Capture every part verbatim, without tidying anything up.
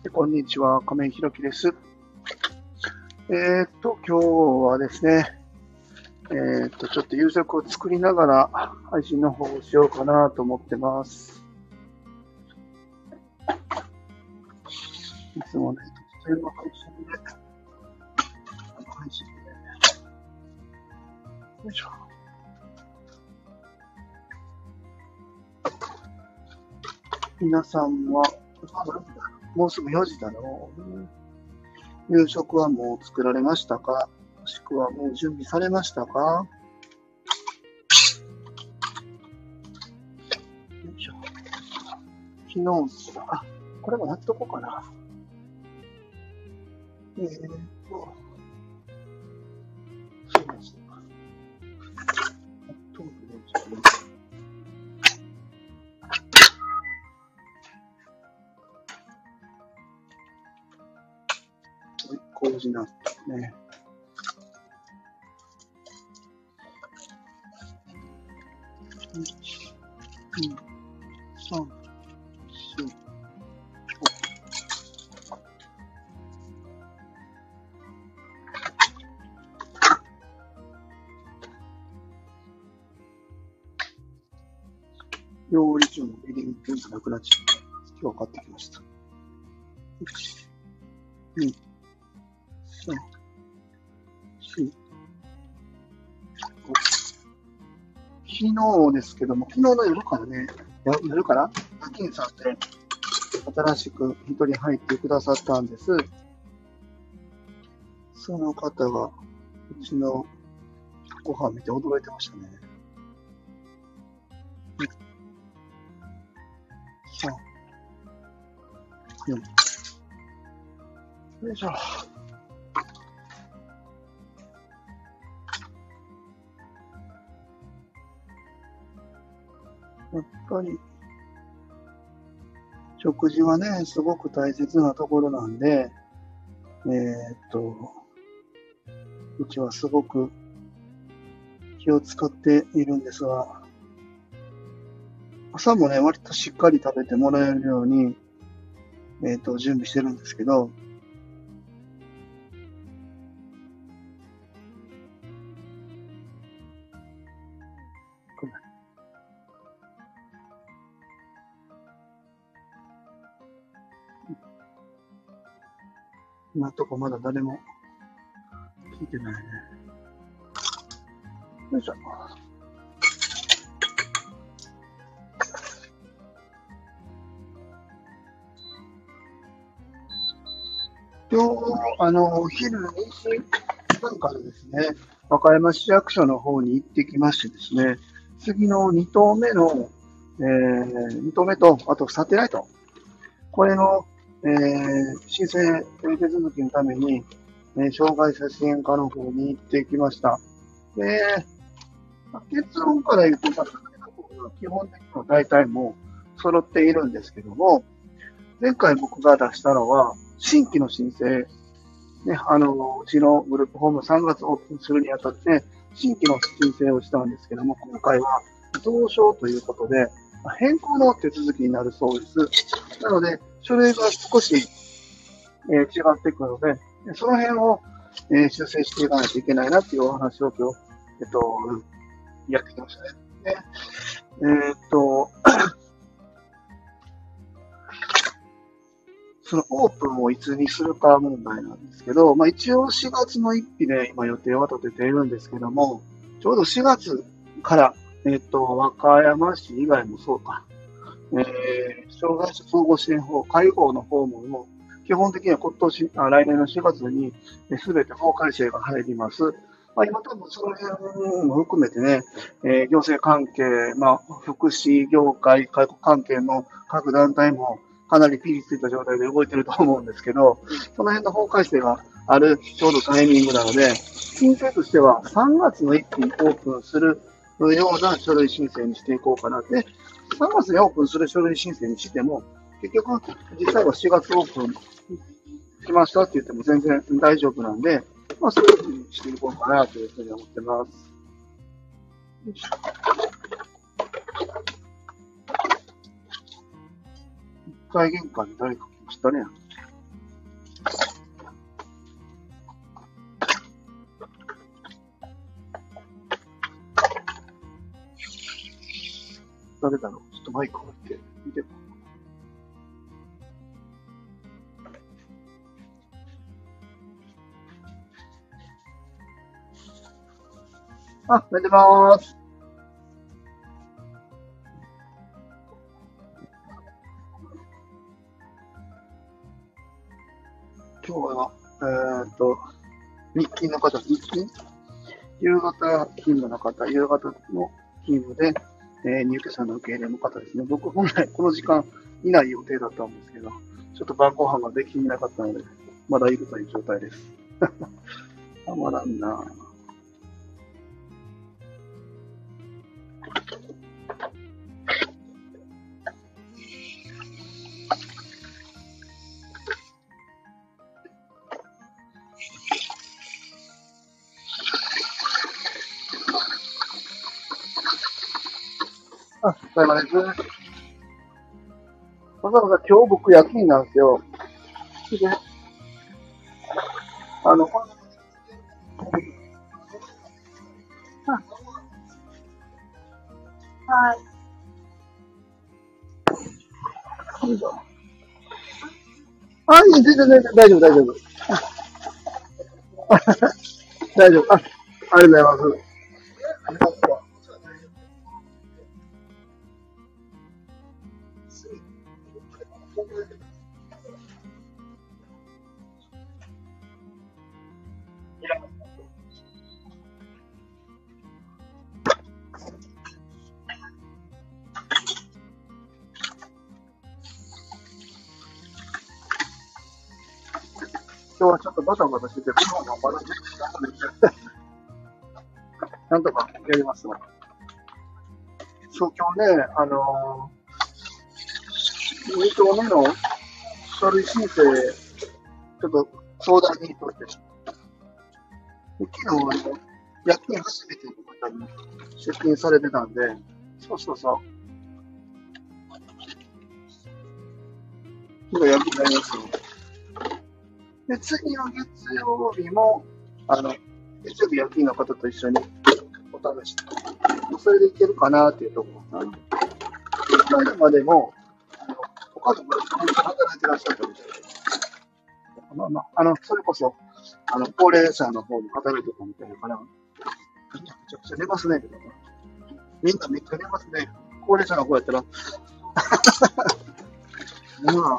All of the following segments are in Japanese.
こんにちは、亀井ひろきです。えーっと、今日はですね、えーっと、ちょっと夕食を作りながら配信の方をしようかなと思ってます。いつもね、突然の配信で、配信で、よいしょ。皆さんは、もうすぐよじだろう。夕食はもう作られましたか？もしくはもう準備されましたか？よいしょ。昨日、あ、これもやっとこうかな。えーっと、そうですね。トークでちょっとね、麹納豆ね。いち、に、さん、よん、料理中のエリンギがなくなっちゃった。今日買ってきました。いち、に、さん、よん、ご。昨日ですけども、昨日の夜からね、夜から、アキンさんで新しく一人入ってくださったんです。その方が、うちのご飯見て驚いてましたね。に、さん、よん。よいしょ。やっぱり、食事はね、すごく大切なところなんで、えーっと、うちはすごく気を使っているんですが、朝もね、割としっかり食べてもらえるように、えーっと、準備してるんですけど、これ今のとこまだ誰も聞いてないね。よいしょ。今日、あの、お昼にじはんからですね、和歌山市役所の方に行ってきましてですね、次のに棟目の、えー、に棟目と、あとサテライト、これの、えー、申請手続きのために、えー、障害者支援課の方に行ってきました。で、結論から言うと、基本的には大体もう揃っているんですけども、前回僕が出したのは、新規の申請、ね、あの、うちのグループホームさんがつオープンするにあたって、新規の申請をしたんですけども、今回は増床ということで、変更の手続きになるそうです。なので、書類が少し、えー、違ってくるので、その辺を、えー、修正していかないといけないなっていうお話を今日、えっと、やってきましたね。でえーっと、そのオープンをいつにするか問題なんですけど、まあ一応しがつのついたちで今予定は立てているんですけども、ちょうどしがつから、えっと、和歌山市以外もそうか、えー、障害者総合支援法、介護の方も、基本的には今年、あ来年のしがつにすべて法改正が入ります。まあ、今多分その辺も含めてね、えー行政関係、まあ、福祉業界、介護関係の各団体もかなりピリついた状態で動いてると思うんですけど、その辺の法改正があるちょうどタイミングなので、申請としてはさんがつの一気にオープンするような書類申請にしていこうかなって。さんがつにオープンする書類申請にしても、結局、実際はしがつオープンしましたって言っても全然大丈夫なんで、まあ、そういうふうにしていこうかなというふうに思ってます。よいしょ。一回玄関に誰か来ましたね。 誰だろう。ちょっとマイク置いて見て。あ、寝てまーす。今日は、えーっと、日勤の方、日勤夕方勤務の方、夕方の勤務で、えー入居者の受け入れの方ですね。僕、本来この時間いない予定だったんですけど、ちょっと晩ご飯ができなかったので、まだいるという状態です。たまらんな。あ、お疲れ様です。わざわざ今日僕夜勤なんですよ。で、あの、はい。あ、いい、全然全然大丈夫、大丈夫。大丈夫。あ、ありがとうございます。今日はちょっとバタバタしてて、ご飯がまだできてなくて、なんとかやりますわ。そう、今日ね、あのー、に棟目の書類申請、ちょっと相談にとって、で昨日はね、夜勤初めての方に出勤されてたんで、そうそうそう、今日夜勤になりますよ。で、次の月曜日も、あの、月曜日夜勤の方と一緒にお試し、それでいけるかなっていうところかな。前までも、あの他のブランドで働いてらっしゃったみたいで、まあまあ、あの、それこそ、あの、高齢者の方に働いてたみたいだから、みんなめちゃくちゃ寝ますね、みんなめっちゃ寝ますね。高齢者の方やったら、ま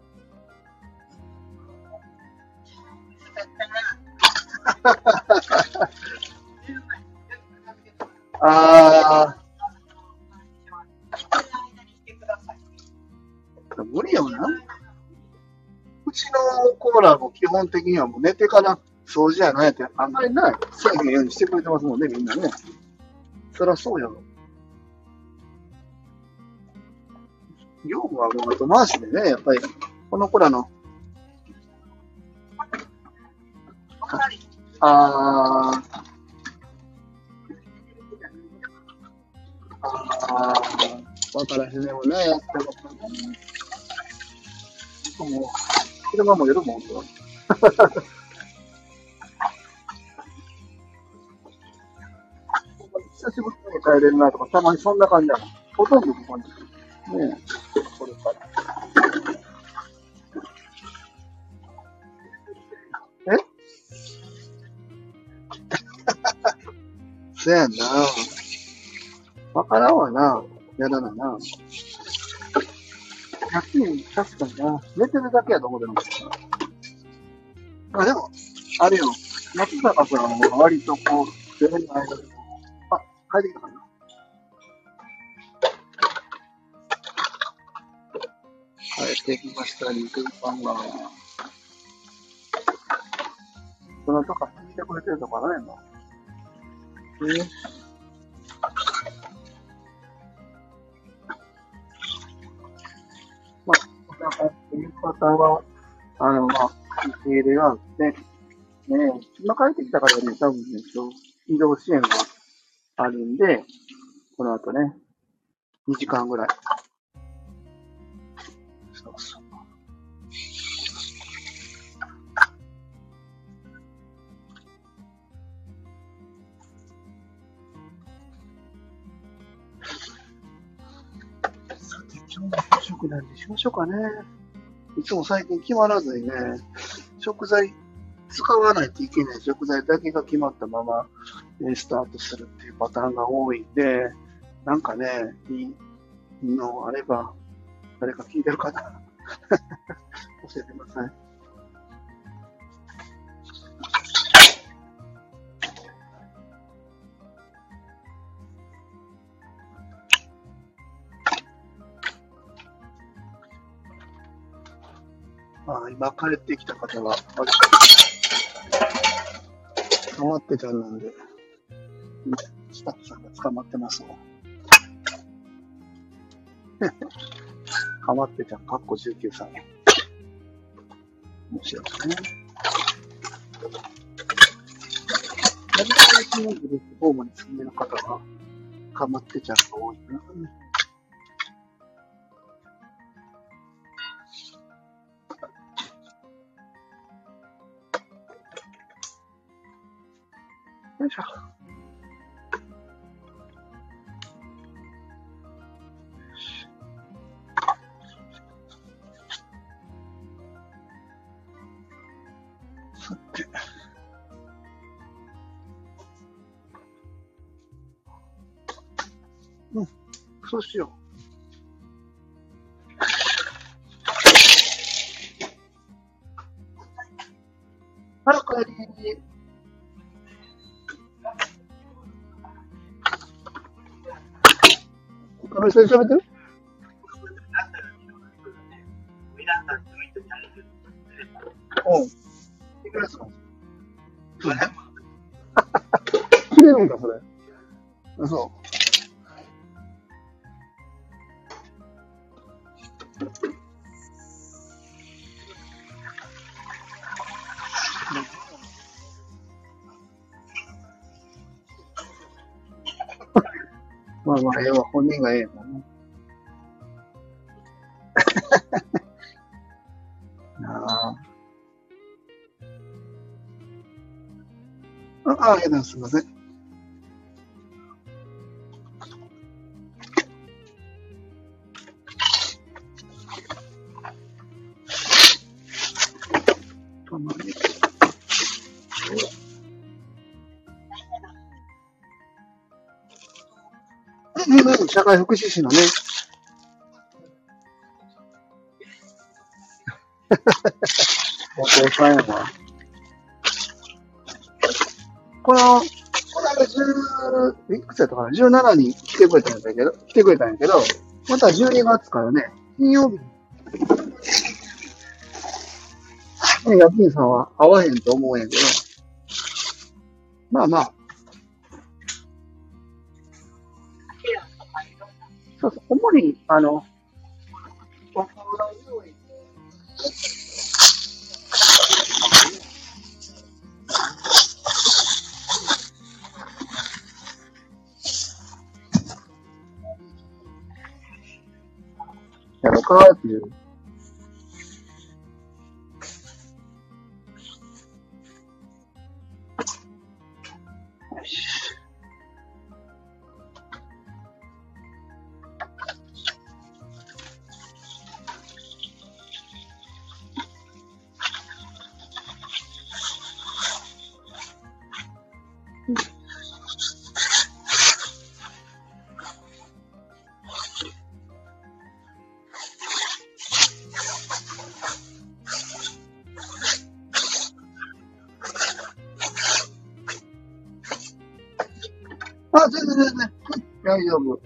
あ、あー、無理よな。うちのコーラも基本的にはもう寝てから掃除やなんやってあんまりない。せえへんようにしてくれてますもんね、みんなね。そりゃそうやろ。業務はもう後回しでね、やっぱり、この子らの、あー、あー、わからへんでもね、やっても、もう、昼間も夜も、久しぶりに帰れるなとか、たまにそんな感じだもん。ほとんどここに。ねえ、これから。えそやんな。わからんわな。やだなな。休み、確かにな。寝てるだけやと思ってるもん。あ、でも、あれよ。松坂さんは割とこう、自分の間で、あ、帰ってきたかな。帰ってきましたね、クーパンが。そのとか聞いてくれてるとかないの。えまあ、お互いっていう方は、あの、まあ、受け入れがあって、ねえ、今帰ってきたからね、多分ね、ちょ移動支援があるんで、この後ね、にじかんぐらい。そうそう。 食何にしましょうかね。いつも最近決まらずにね、食材、使わないといけない食材だけが決まったまま、えースタートするっていうパターンが多いんで、なんかね、いいのあれば、誰か聞いてる方、教えてください。ああ、今帰ってきた方は、あれ、捕まってちゃんなんで、今スタッフさんが捕まってますわ。かまってちゃん、かっこじゅうきゅうさい。面白いですね。やり返しのグループホームに住んでる方が、かまってちゃんが多いな。よいしょ。さて。うん、そうしよう。あら、帰り。あの人に喋ってる？うん。いくらするの？それ切れるんか、それ。あ、そう。まあまあ、ええわ。本人がええもんね。ああ。あ、ありがとうございます。すいません。玉ねぎ。うん、社会福祉士のね。お父さんやな。この、この間じゅう、いくつやったかな？ じゅうなな 人来てくれたんだけど、来てくれたんやけど、またじゅうにがつからね、金曜日に、夜勤さんは会わへんと思うんやけど、まあまあ、そうそう、主に、あの、若者病院やろうかっていう。よし。あ、全然全然。大丈夫。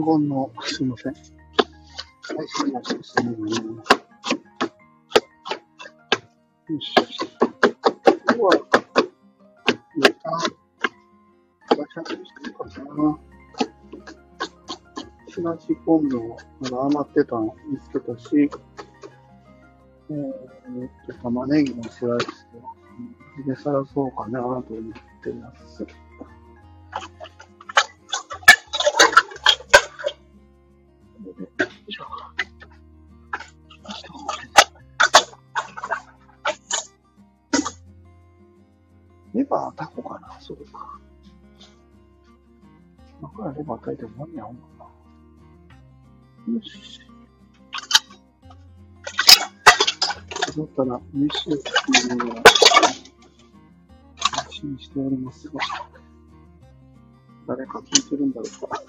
言の、すいません。最初にやってですね。よしよし。今日は、ネタ、ガチャってしてるかな。すだち昆布もまだ余ってたの見つけたし、えー、と玉ねぎもスライスでさらそうかなと思っています。レバータコかな、そうか。今からレバー炊いても何やおんのかな。よし。だったら、飯を作りながら、配信しておりますが、誰か聞いてるんだろうか。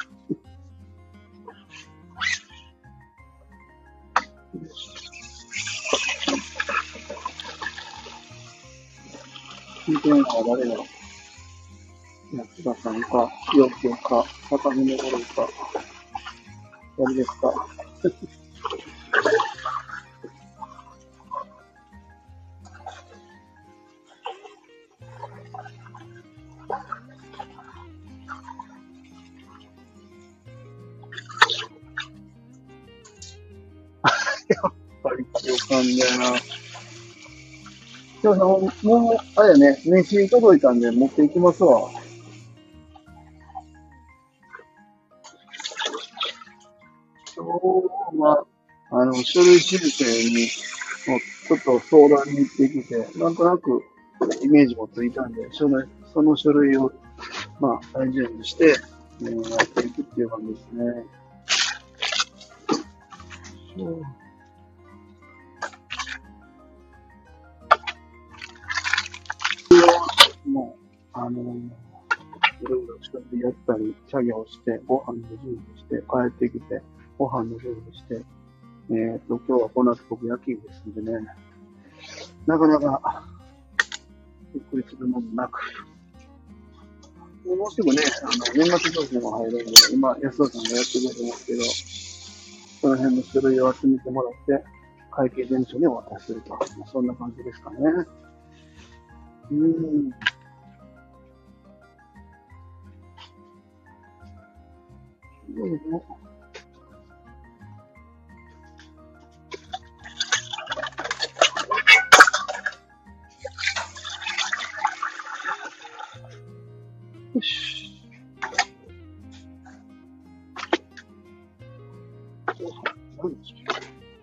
聞いてるのは誰だろう。安田さんか、陽気か、高見の頃か、誰ですか。やっぱり旅館だよな。今日さん、もう、あれやね、飯届いたんで持っていきますわ。今日は、あの、書類申請に、もうちょっと相談に行ってきて、なんとなくイメージもついたんで、その、その書類を、まあ、大事にして、えーやっていくっていう感じですね。そうもう、あのー、いろいろ一人でやったり、作業して、ご飯の準備して、帰ってきて、ご飯の準備して、えっと、今日はこの後僕夜勤ですんでね、なかなかゆっくりするものなく、もうすぐね、あの、年末調整も入るんで、今、安田さんがやってくれてますけど、その辺の書類を集めてもらって、会計事務所にお渡しすると。まあ、そんな感じですかね。うーん。どうぞ。よし。何でしょ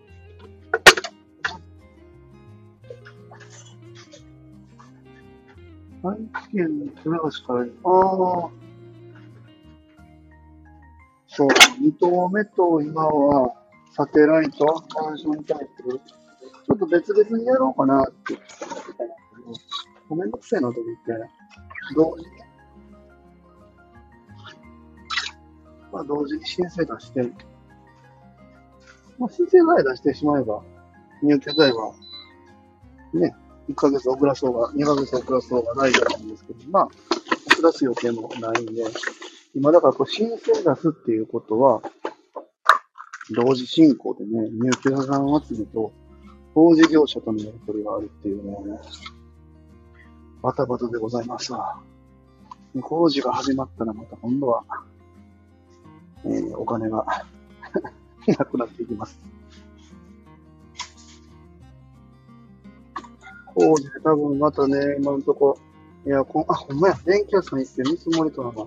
う。愛知県の船橋から、ああ、そう、に棟目と今は、サテライト、マンションタイプ、ちょっと別々にやろうかなって言ってたんだけど、ごめんなさいなと思って、同時に、まあ同時に申請出して、まあ申請さえ出してしまえば、入居罪はね、いっかげつ遅らそうが、にかげつ遅らそうが大丈夫なんですけど、まあ、遅らす予定もないんで、今だからこう申請出すっていうことは、同時進行でね、入居者さん集めと、工事業者とのやり取りがあるっていうね、バタバタでございますわ。工事が始まったらまた今度は、えー、お金がなくなっていきます。工事で多分またね、今のとこ、エアコン、あ、ほんまや、電気屋さん行って見積もりとな。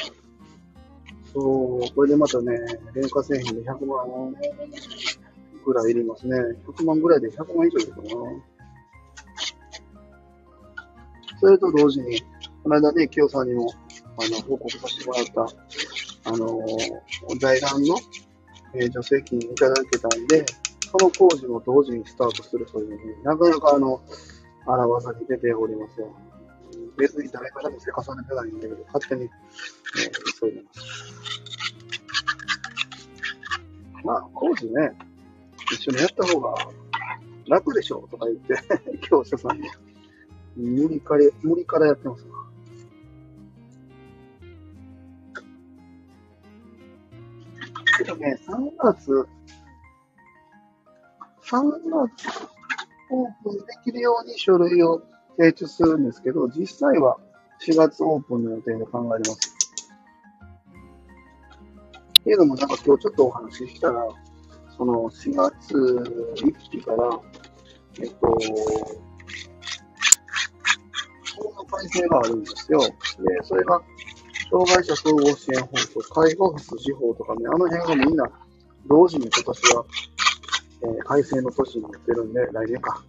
そう、これでまたね、電化製品でひゃくまんぐらいいりますね。ひゃくまんぐらいでひゃくまん以上いるかな。それと同時に、この間ね、清さんにも、あの、報告させてもらった、あのー、財団の、えー、助成金いただけたんで、その工事も同時にスタートするという、ね、なかなかあの、荒技に出ておりますよ。別に誰からもせかされてないんだけど、勝手に、えー、急いでます。まあ、工事ね、一緒にやった方が楽でしょとか言って、業者さんに無理から、無理からやってます。 ね、さんがつ、さんがつオープンできるように書類を提出するんですけど、実際はしがつオープンの予定で考えてます。っていうのもなんか今日ちょっとお話ししたら、そのしがつついたちから、えっと、法の改正があるんですよ。で、それが、障害者総合支援法と介護福祉法とかね、あの辺がみんな同時に今年は、えー改正の年になってるんで、来年か。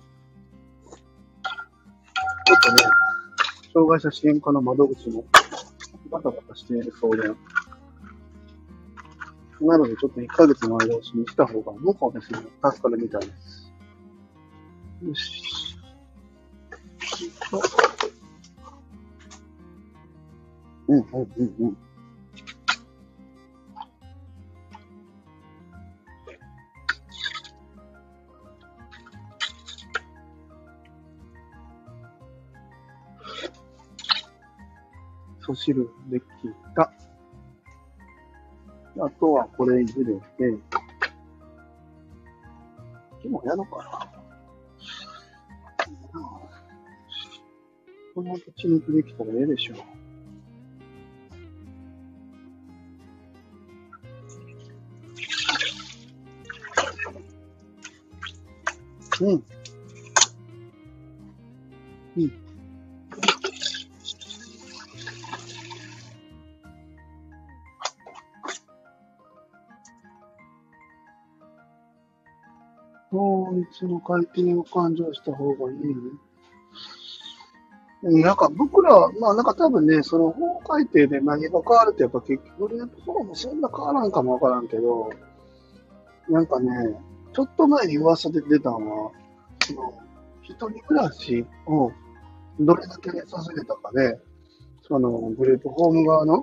ちょっとね、障害者支援課の窓口もバタバタしているそうで、なのでちょっといっかげつ前倒しにした方が向こうですね、助かるみたいです。よし。うんうんうんうん。味噌汁できた。あとはこれ入れて、今日やろうかな。この後血抜きできたらええでしょう。うん。うん。法律の改定を勘定した方がいいね。なんか僕らは、まあなんか多分ね、その法改定で何が変わるってやっぱ結局ね、法もそんな変わらんかもわからんけど、なんかね、ちょっと前に噂で出たのは、その、一人暮らしをどれだけさせれたかで、そのグループホーム側の、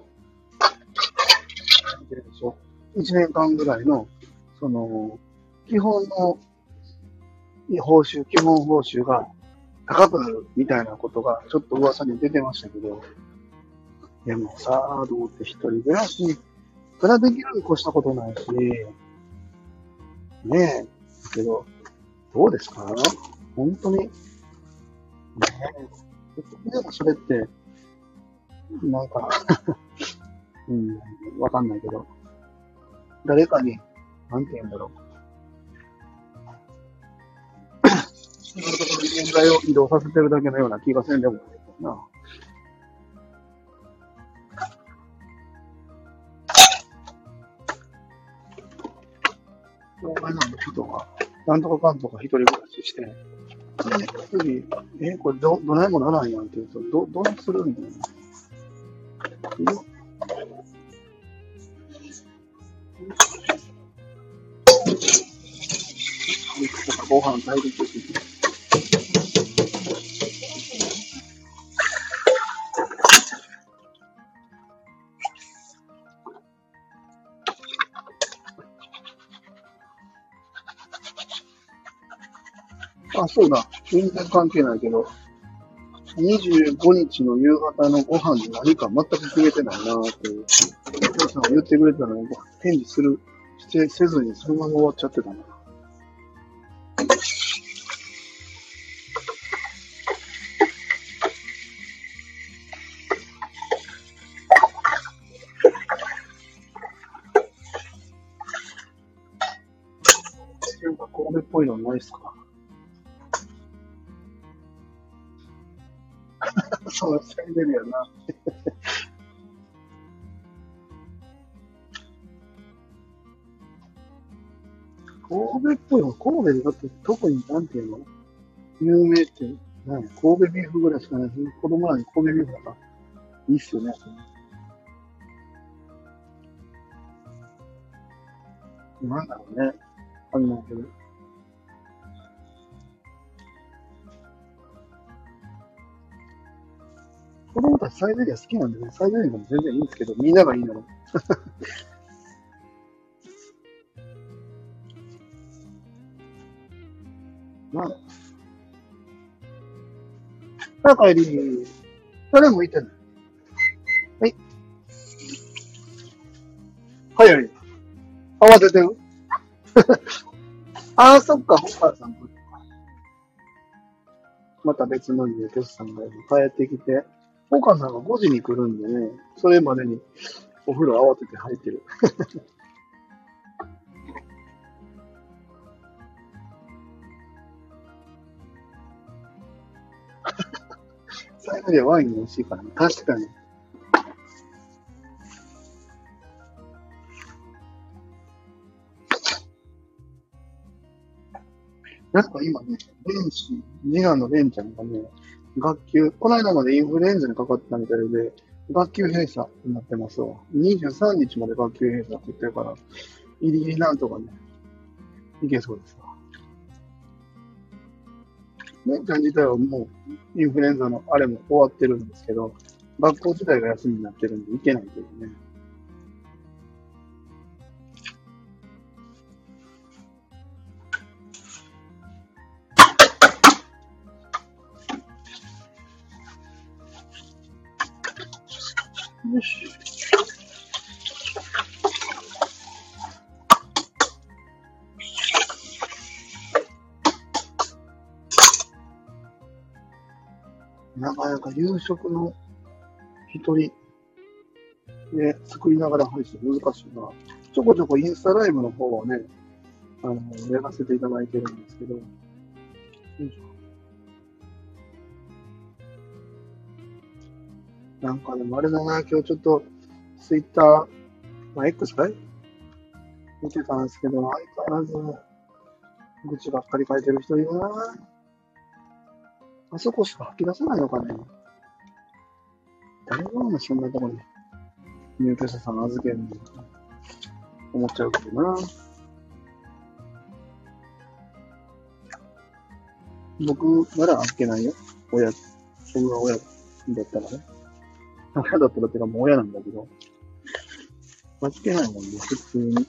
なんていうんでしょう、いちねんかんぐらいの、その、基本の報酬、基本報酬が高くなるみたいなことがちょっと噂に出てましたけど、でもさあ、どうって一人暮らしからできるに越したことないし、ねえ、けど、どうですか本当に、ねえ、でもそれって、なんか、うん、わかんないけど、誰かに、なんて言うんだろう。そのところに現在を移動させてるだけのような気がせんでもないかな。障害のある人が、なんとかかんとか一人暮らしして、で、次、え、これど、どないもならんやんって言うと、ど、どうするんだよ。ご飯炊いてくる。あ、そうだ。全然関係ないけど、にじゅうごにちの夕方のご飯で何か全く決めてないなーっていう、お父さんが言ってくれたのに、返事する、してせずにそのまま終わっちゃってたな。なんか神戸っぽいのないっすか？そう、サイゼリヤな。神戸っぽいの、神戸でだって特になんていうの有名って、何神戸ビーフぐらいしかない。子供らに神戸ビーフだから、いいっすよね。なんだろうね。あんないけど。子供たちサイゼリヤ好きなんでね、サイゼリヤでも全然いいんですけど、みんながいいのよ。まあ、帰り、誰もいてない。はい。早い。 慌ててる。ああ、そっか、ホカさんとまた別の家でテスさんが帰ってきて、ホカさんがごじに来るんでね、それまでにお風呂慌てて入ってる。最後でワイン美味しいからね。確かに。なんか今ね、レンシ、次男のレンちゃんがね、学級、この間までインフルエンザにかかってたみたいで、学級閉鎖になってますわ。にじゅうさんにちまで学級閉鎖って言ってるから、ギリギリなんとかね、いけそうですわ。レンちゃん自体はもう、インフルエンザのあれも終わってるんですけど、学校自体が休みになってるんで、行けないというね。よし。なかなか夕食の一人で作りながら配信難しいな。ちょこちょこインスタライブの方はね、あの、やらせていただいてるんですけど、よいしょなんかでもあれだな、今日ちょっとツイッター、まあ、X かい見てたんですけど、相変わらず愚痴ばっかり書いてる人いるな。あそこしか吐き出せないのかね。誰がそんなとこに入居者さん預けるのか思っちゃうけどな。僕なら預けないよ。親、僕が親だったらね。親だったらってかもう親なんだけど。預けないもんね、普通に。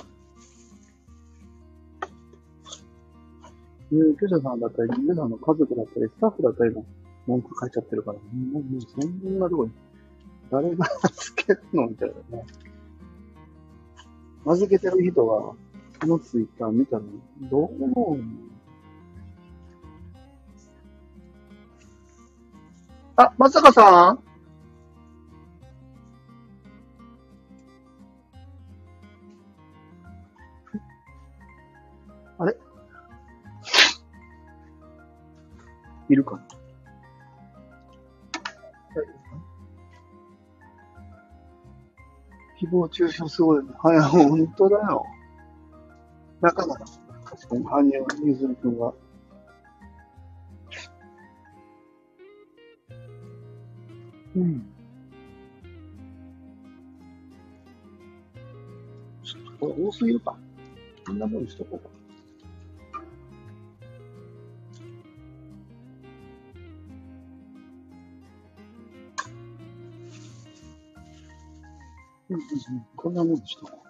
入居者さんだったり、皆さんの家族だったり、スタッフだったりの文句書いちゃってるから、もう、もうそんなとこに誰が預けるのみたいなね。預けてる人が、そのツイッター見たら、どう思うの？あ、まさかさんあれいるかな？誹謗中傷すごいね。はい、本当だよ。なかなか、確かに、羽生結弦君が。うん。ちょっとこれ多すぎるか。こんなもんにしとこうか。うんうんうん。こんなもんにしとこ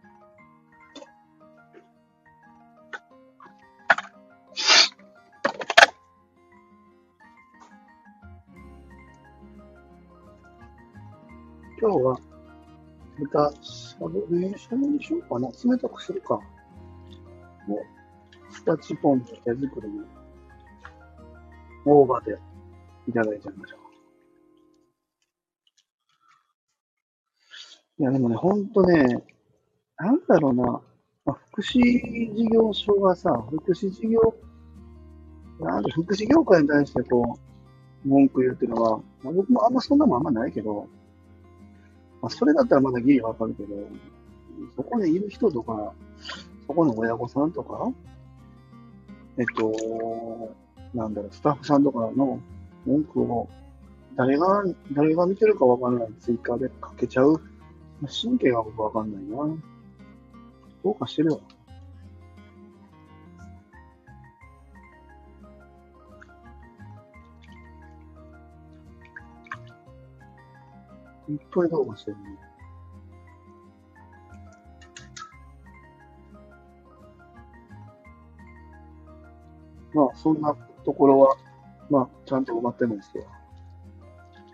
う。今日は、豚しゃぶ、冷しゃぶにしようかな。冷たくするか。もう、スタチポンと手作りの大葉でいただいちゃいましょう。いや、でもね、ほんとね、なんだろうな。まあ、福祉事業所がさ、福祉事業、なんで福祉業界に対してこう、文句言うっていうのは、まあ、僕もあんまそんなもんあんまないけど、まあ、それだったらまだギリわかるけど、そこにいる人とか、そこの親御さんとか、えっと、なんだろう、スタッフさんとかの文句を誰が、誰が見てるかわからないツイッターでかけちゃう神経が僕わかんないな。どうかしてるよ。本当にどうかしてるね。まあ、そんなところは、まあ、ちゃんと埋まってるんですけど、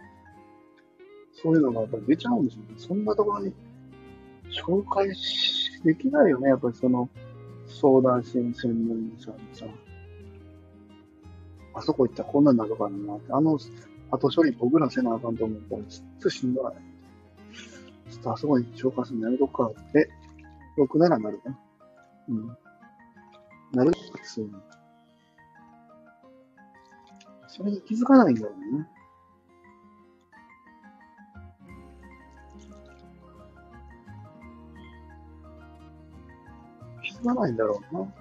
そういうのがやっぱり出ちゃうんですよね。そんなところに紹介しできないよね、やっぱりその、相談支援専門員さんにさ、あそこ行ったらこんなんなるからなって、あの、後処理僕らせなあかんと思ったら、ちょっとしんどい。ちょっとあそこに紹介するのやめとくかって、ろくならなるね。うん。なる普通に。それに気づかないんだよね。気づかないんだろうな。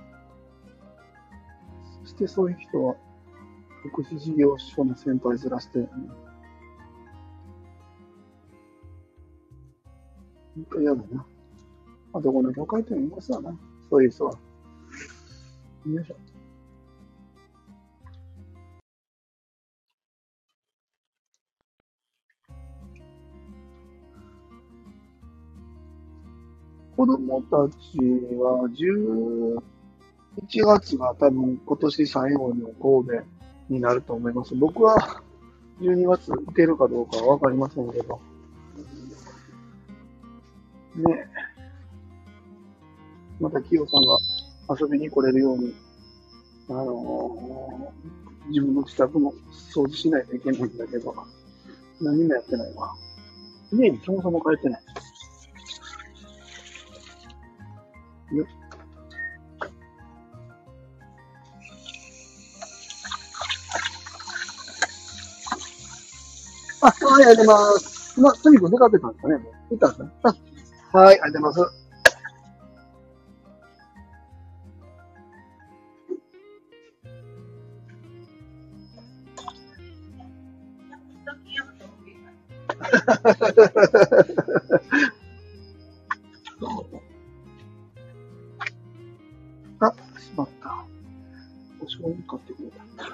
そしてそういう人は、福祉事業所の先輩ずらして、ね、本当嫌だな。まあ、どこの業界でもいますわな。そういう人は。よいしょ。子供たちはじゅういちがつが多分今年最後の神戸になると思います。僕はじゅうにがつ行けるかどうかはわかりませんけど。ね、またキヨさんが遊びに来れるように、あのー自分の自宅も掃除しないといけないんだけど、何もやってないわ。家にそもそも帰ってない。よあ、はい、ありがとうございます。今、すみくん出かけたんですかね、もう。行ったんですね。あ、はい、ありがとうございます。あ、しまった。お醤油買ってくれた。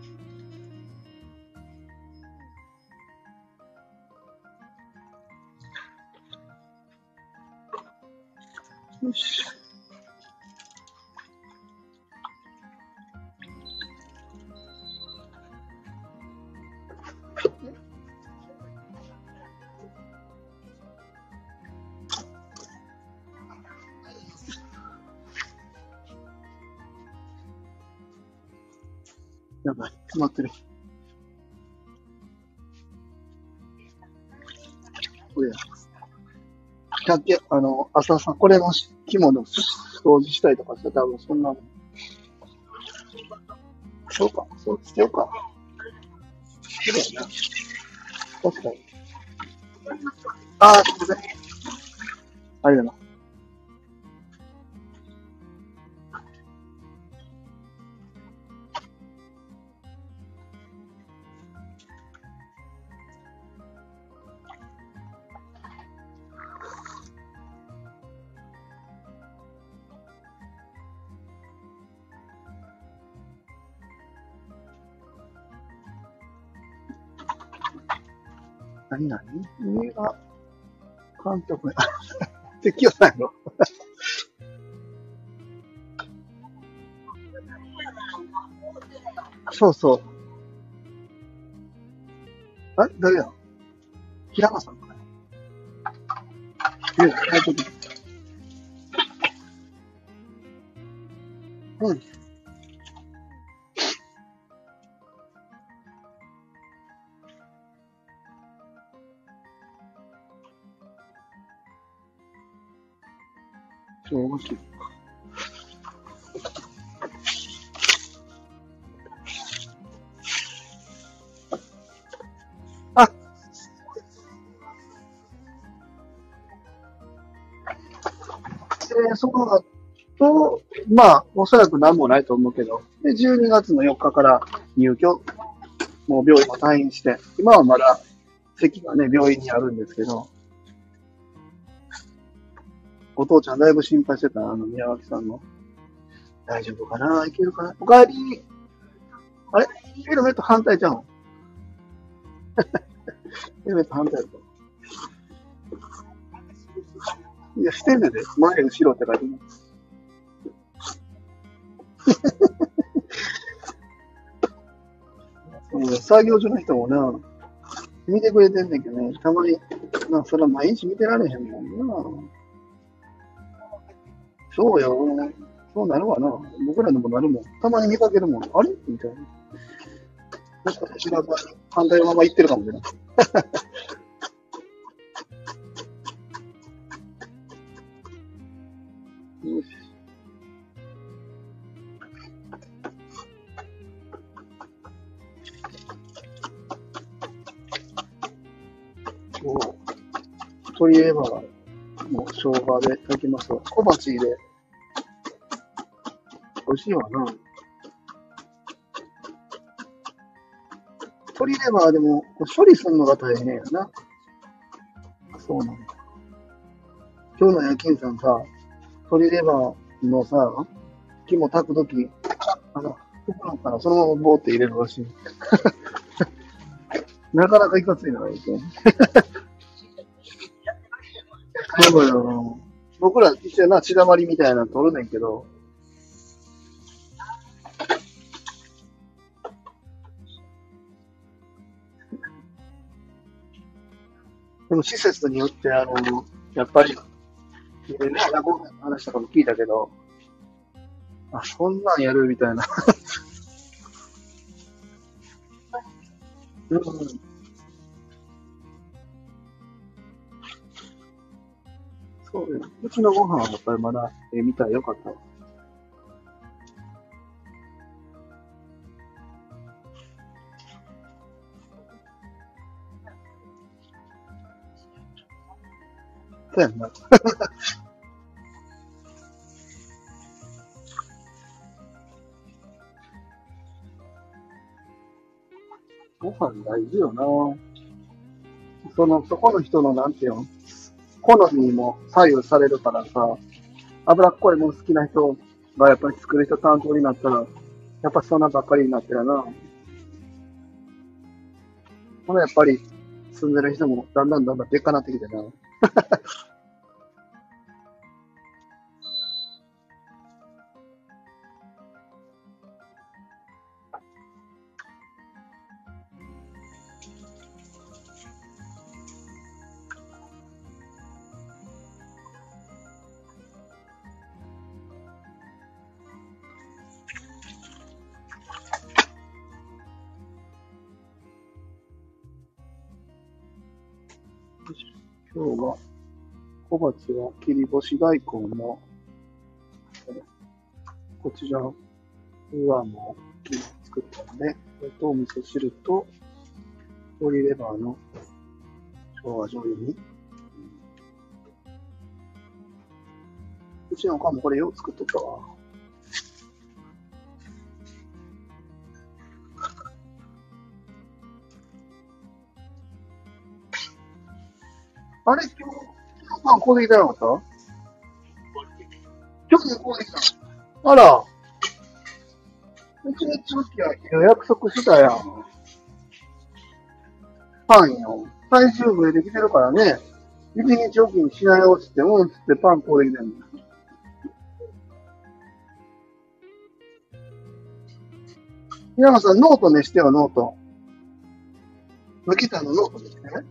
よし。やばい、詰まってる。これや。だっけ、あの、朝さん、これの肝の掃除したいとかして、多分そんなの。そうか、そうしてようか。そうだよね。確かに。ああ、すみません。ありがとうございます。何々映画監督、あ、適用ないの。そうそう。あ、誰や平野さんかな。ね、監督。うん。そう、面白い。あ、で、その後、まあ、おそらく何もないと思うけど、で、じゅうにがつのよっかから入居、もう病院も退院して、今はまだ席がね、病院にあるんですけど、お父ちゃんだいぶ心配してた、あの、宮脇さんの。大丈夫かないけるかなおかえり。あれヘルメット反対ちゃうん？ヘルメット反対だと。いや、してんねんで。前、後ろって書いてます。うん、作業所の人もな、見てくれてんねんけどね、たまに、まあ、それは毎日見てられへんもんな。 そうよ。そうなるわな。僕らでもなるもん。たまに見かけるもん。あれみたいな。もしかしたら知らずに反対のまま行ってるかもしれない。よし。そう。鶏レバーも生姜で炊きますわ。小鉢で美味しいわな。鶏レバーでもこう処理するのが大変やな。そうなんだ。今日の夜勤さんさ、鶏レバーのさ、肝炊くとき、あの、袋からそのままボーって入れるらしい。なかなかいかついのがいいね。そうよ。僕ら一緒な、血だまりみたいなの取るねんけど、でも施設によって、あの、やっぱり、ね、落語の話とかも聞いたけど、あ、そんなんやるみたいな。うん、そうよ。うちのご飯はやっぱりまだ、えー見たらよかったわ。そうやんな。ご飯大事よな。その、そこの人のなんていうの、好みにも左右されるからさ、脂っこいもの好きな人がやっぱり作る人担当になったら、やっぱそんなばっかりになってるな。ほなやっぱり住んでる人もだんだんだんだんでっかなってきてな。今日は小鉢は切り干し大根の、こちらはもう昨日作ったので、それとお味噌汁と鶏レバーの生姜醤油に、うちのおかんもこれよう作っとったわ。あれ、今日、あ、こうできてなかった？今日もこうできた。あら、うちの月は昨日約束したやん。パンよ。最終日できてるからね。一日おきにしないよっつって、うんっつってパンこうできてんの。皆さん、ノートにしてよ、ノート。麦田のノートにしてね。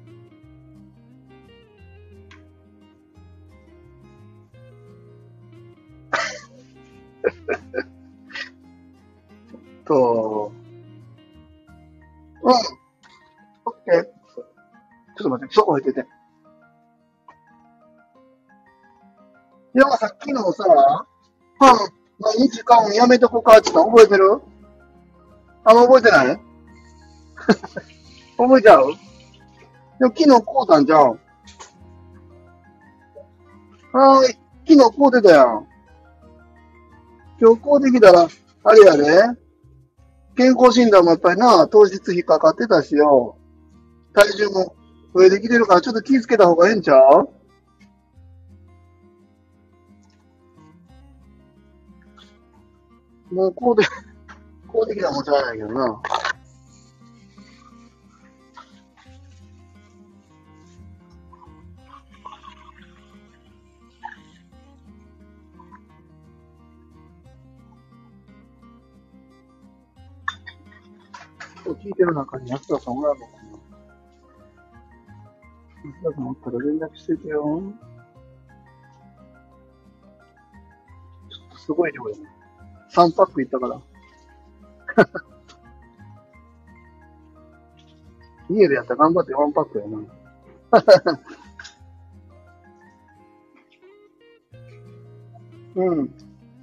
と、うん、オッケー。ちょっと待って、そこ置いてて。山さん、昨日さ、パン、毎日買うんやめとこかって言ったの覚えてる？あんま覚えてない？覚えちゃう？でも昨日買うたんじゃん。はーい。昨日買うてたやん。今日買うてきたら、あれやで。健康診断もやっぱりな、当日引っかかってたしよ。体重も増えてきてるから、ちょっと気ぃつけた方がええんちゃう？もうこうで、こうできたらもうしゃあないけどな。聞いてる中に安田さんおらんのかな？安田さんおったら連絡しててよ。 すごい量やな。さんパックいったから。家でやったら頑張ってワンパックやな。うん。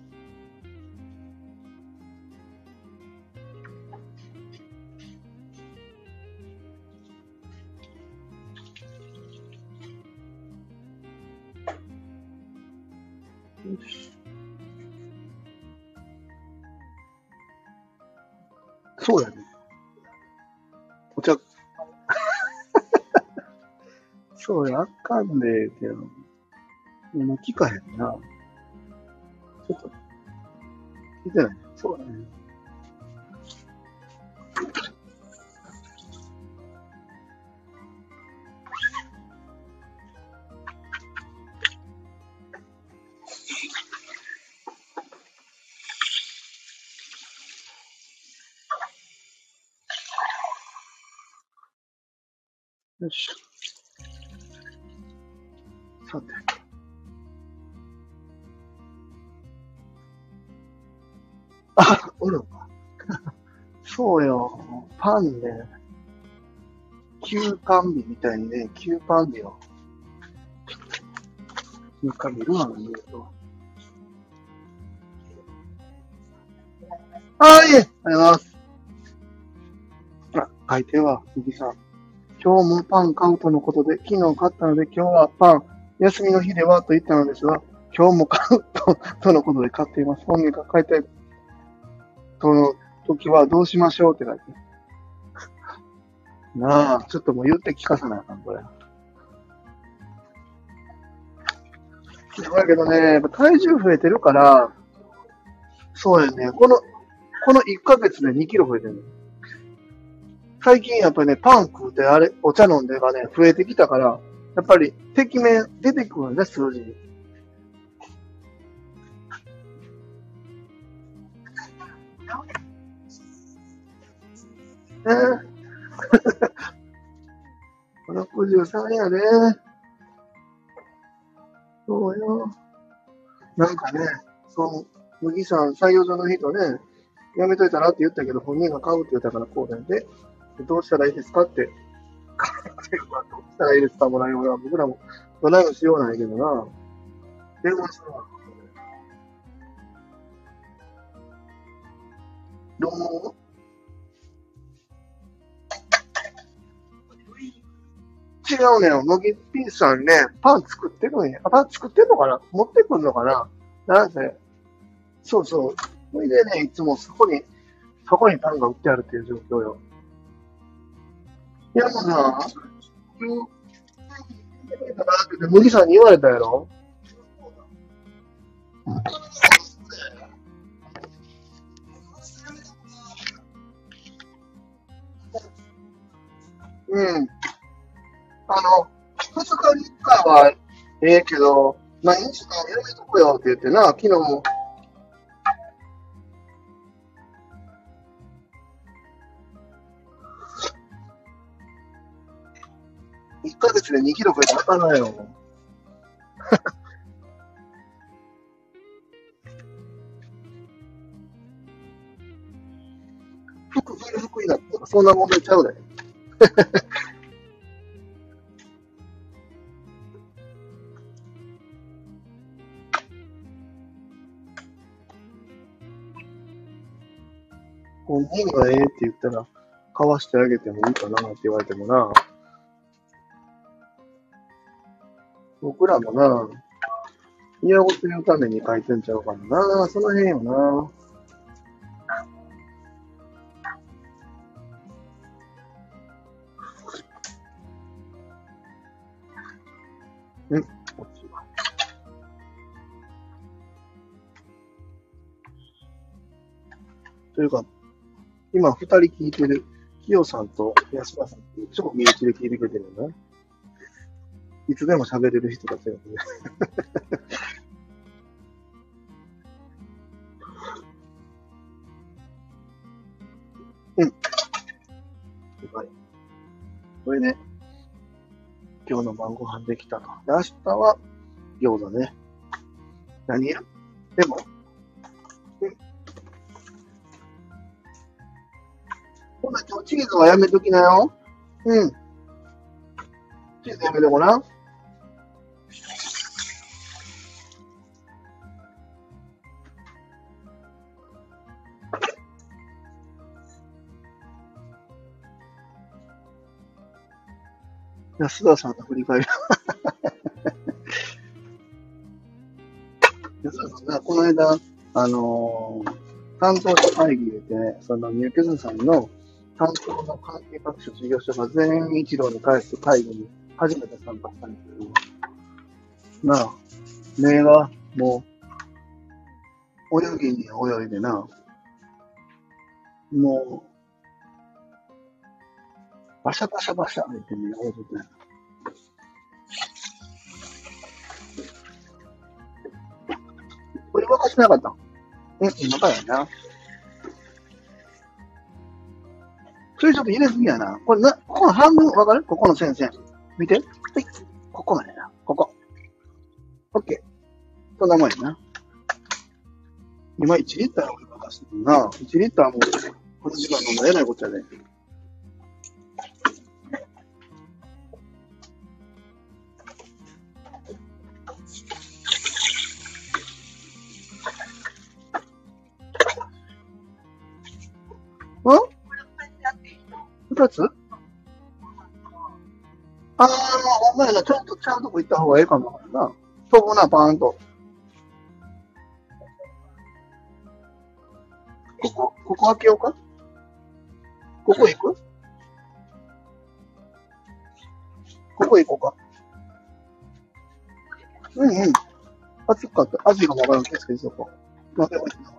よし。そうやね。お茶、そうや、あかんねえけど。もう聞かへんな。ちょっと聞いてないね。そうだね。よし。さて。あ、おるのか。そうよ。パンね。休館日みたいにね、休パン日よ。休館日いるわ、言うと。ああ、いえ、ありがとうございます。あ、書いては、右さん。今日もパン買うとのことで、昨日買ったので今日はパン、休みの日ではと言ったのですが、今日も買うととのことで買っています。本人が書いてとの時はどうしましょうって書いて。なあ、ちょっともう言って聞かさなあかん、これ。だけどね、やっぱ体重増えてるから、そうやね、この、このいっかげつでにキロ増えてるの。最近やっぱりね、パン食うてあれ、お茶飲んでがね、増えてきたから、やっぱり、てきめん出てくるんね、数字に。ね、ろくじゅうさんやで。そうよ。なんかね、その、麦さん採用所の人ね、やめといたらって言ったけど、本人が買うって言ったからこうなんで、どうしたらいいですかって、どうしたらいいですかもらいようが、僕らも、どないもしようないけどな。電話したら、どうも違うねん。麦ピーさんね、パン作ってるんや。あパン作ってんのかな持ってくんのかななんせ、そうそう。それでね、いつもそこに、そこにパンが売ってあるっていう状況よ。いや、もうな、今日、麦さんに言われたやろうん。あの、ふつかみっかはええけど、毎日間やめとこよって言ってな、昨日もいっかげつでにキロ増えたらあかんないよ。服、服、服になったとか、そんな問題ちゃうで。本人がええって言ったら、買わしてあげてもいいかなって言われてもな、僕らもな、嫌ごと言うために書いてんちゃうからな、その辺よな。んこっちはというか、今二人聞いてる、キヨさんと安田さんっていう超身内で聞いてくれてるよね。いつでも喋れる人たちだよね。うん。はい。これで、今日の晩ご飯できたと。で、明日は餃子ね。何やでも、 ほな、今日チーズはやめときなよ。うん。チーズやめとこな。安田さんの振り返り。安田さんがこの間、あのー担当者会議でね、その入居者さんの担当の関係各種事業所が全員一堂に会す会議に初めて参加したんですけど、なあ、目がもう泳ぎに泳いでな、もうバシャバシャバシャって目が泳いでね。これ分かってなかったん？うん、今からやな。それちょっと入れすぎやな。これな、ここの半分分かる？ここの線線。見て。はい。ここまでな。ここ。オッケー。そんなもんやな。今いちリッター俺が出してるな。いちリッターもう、この時間飲まれないことやで。ん？二つ？あー、ほんまやな。ちょっとちゃんとこ行った方がええかもわからんな。飛ぶな、パーンと。ここ、ここ開けようか？ここ行く？ここ行こうか。うんうん。暑かった。暑いかもわからんけど、そこ。待て待て。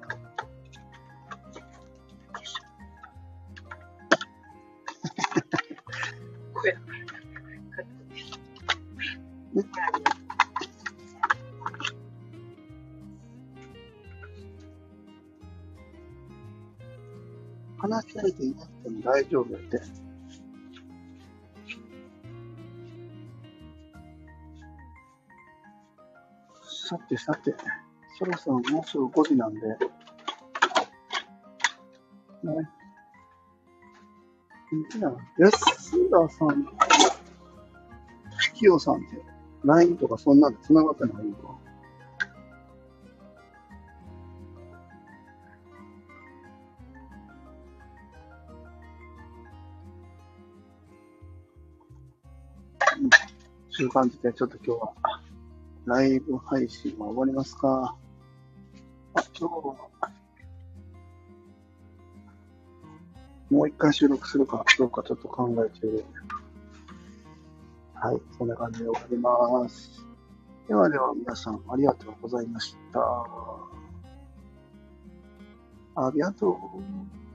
話し相手いなくても大丈夫やって。さてさて、そろそろもうすぐごじなんで、ね。いいな。安田さん、きよさんって、ライン とかそんなんで繋がってないのか。うん。そういう感じで、ちょっと今日は、ライブ配信は終わりますか。あ、今日は、もう一回収録するかどうかちょっと考え中で。はい、そんな感じで終わります。ではでは皆さんありがとうございました。ありがとう。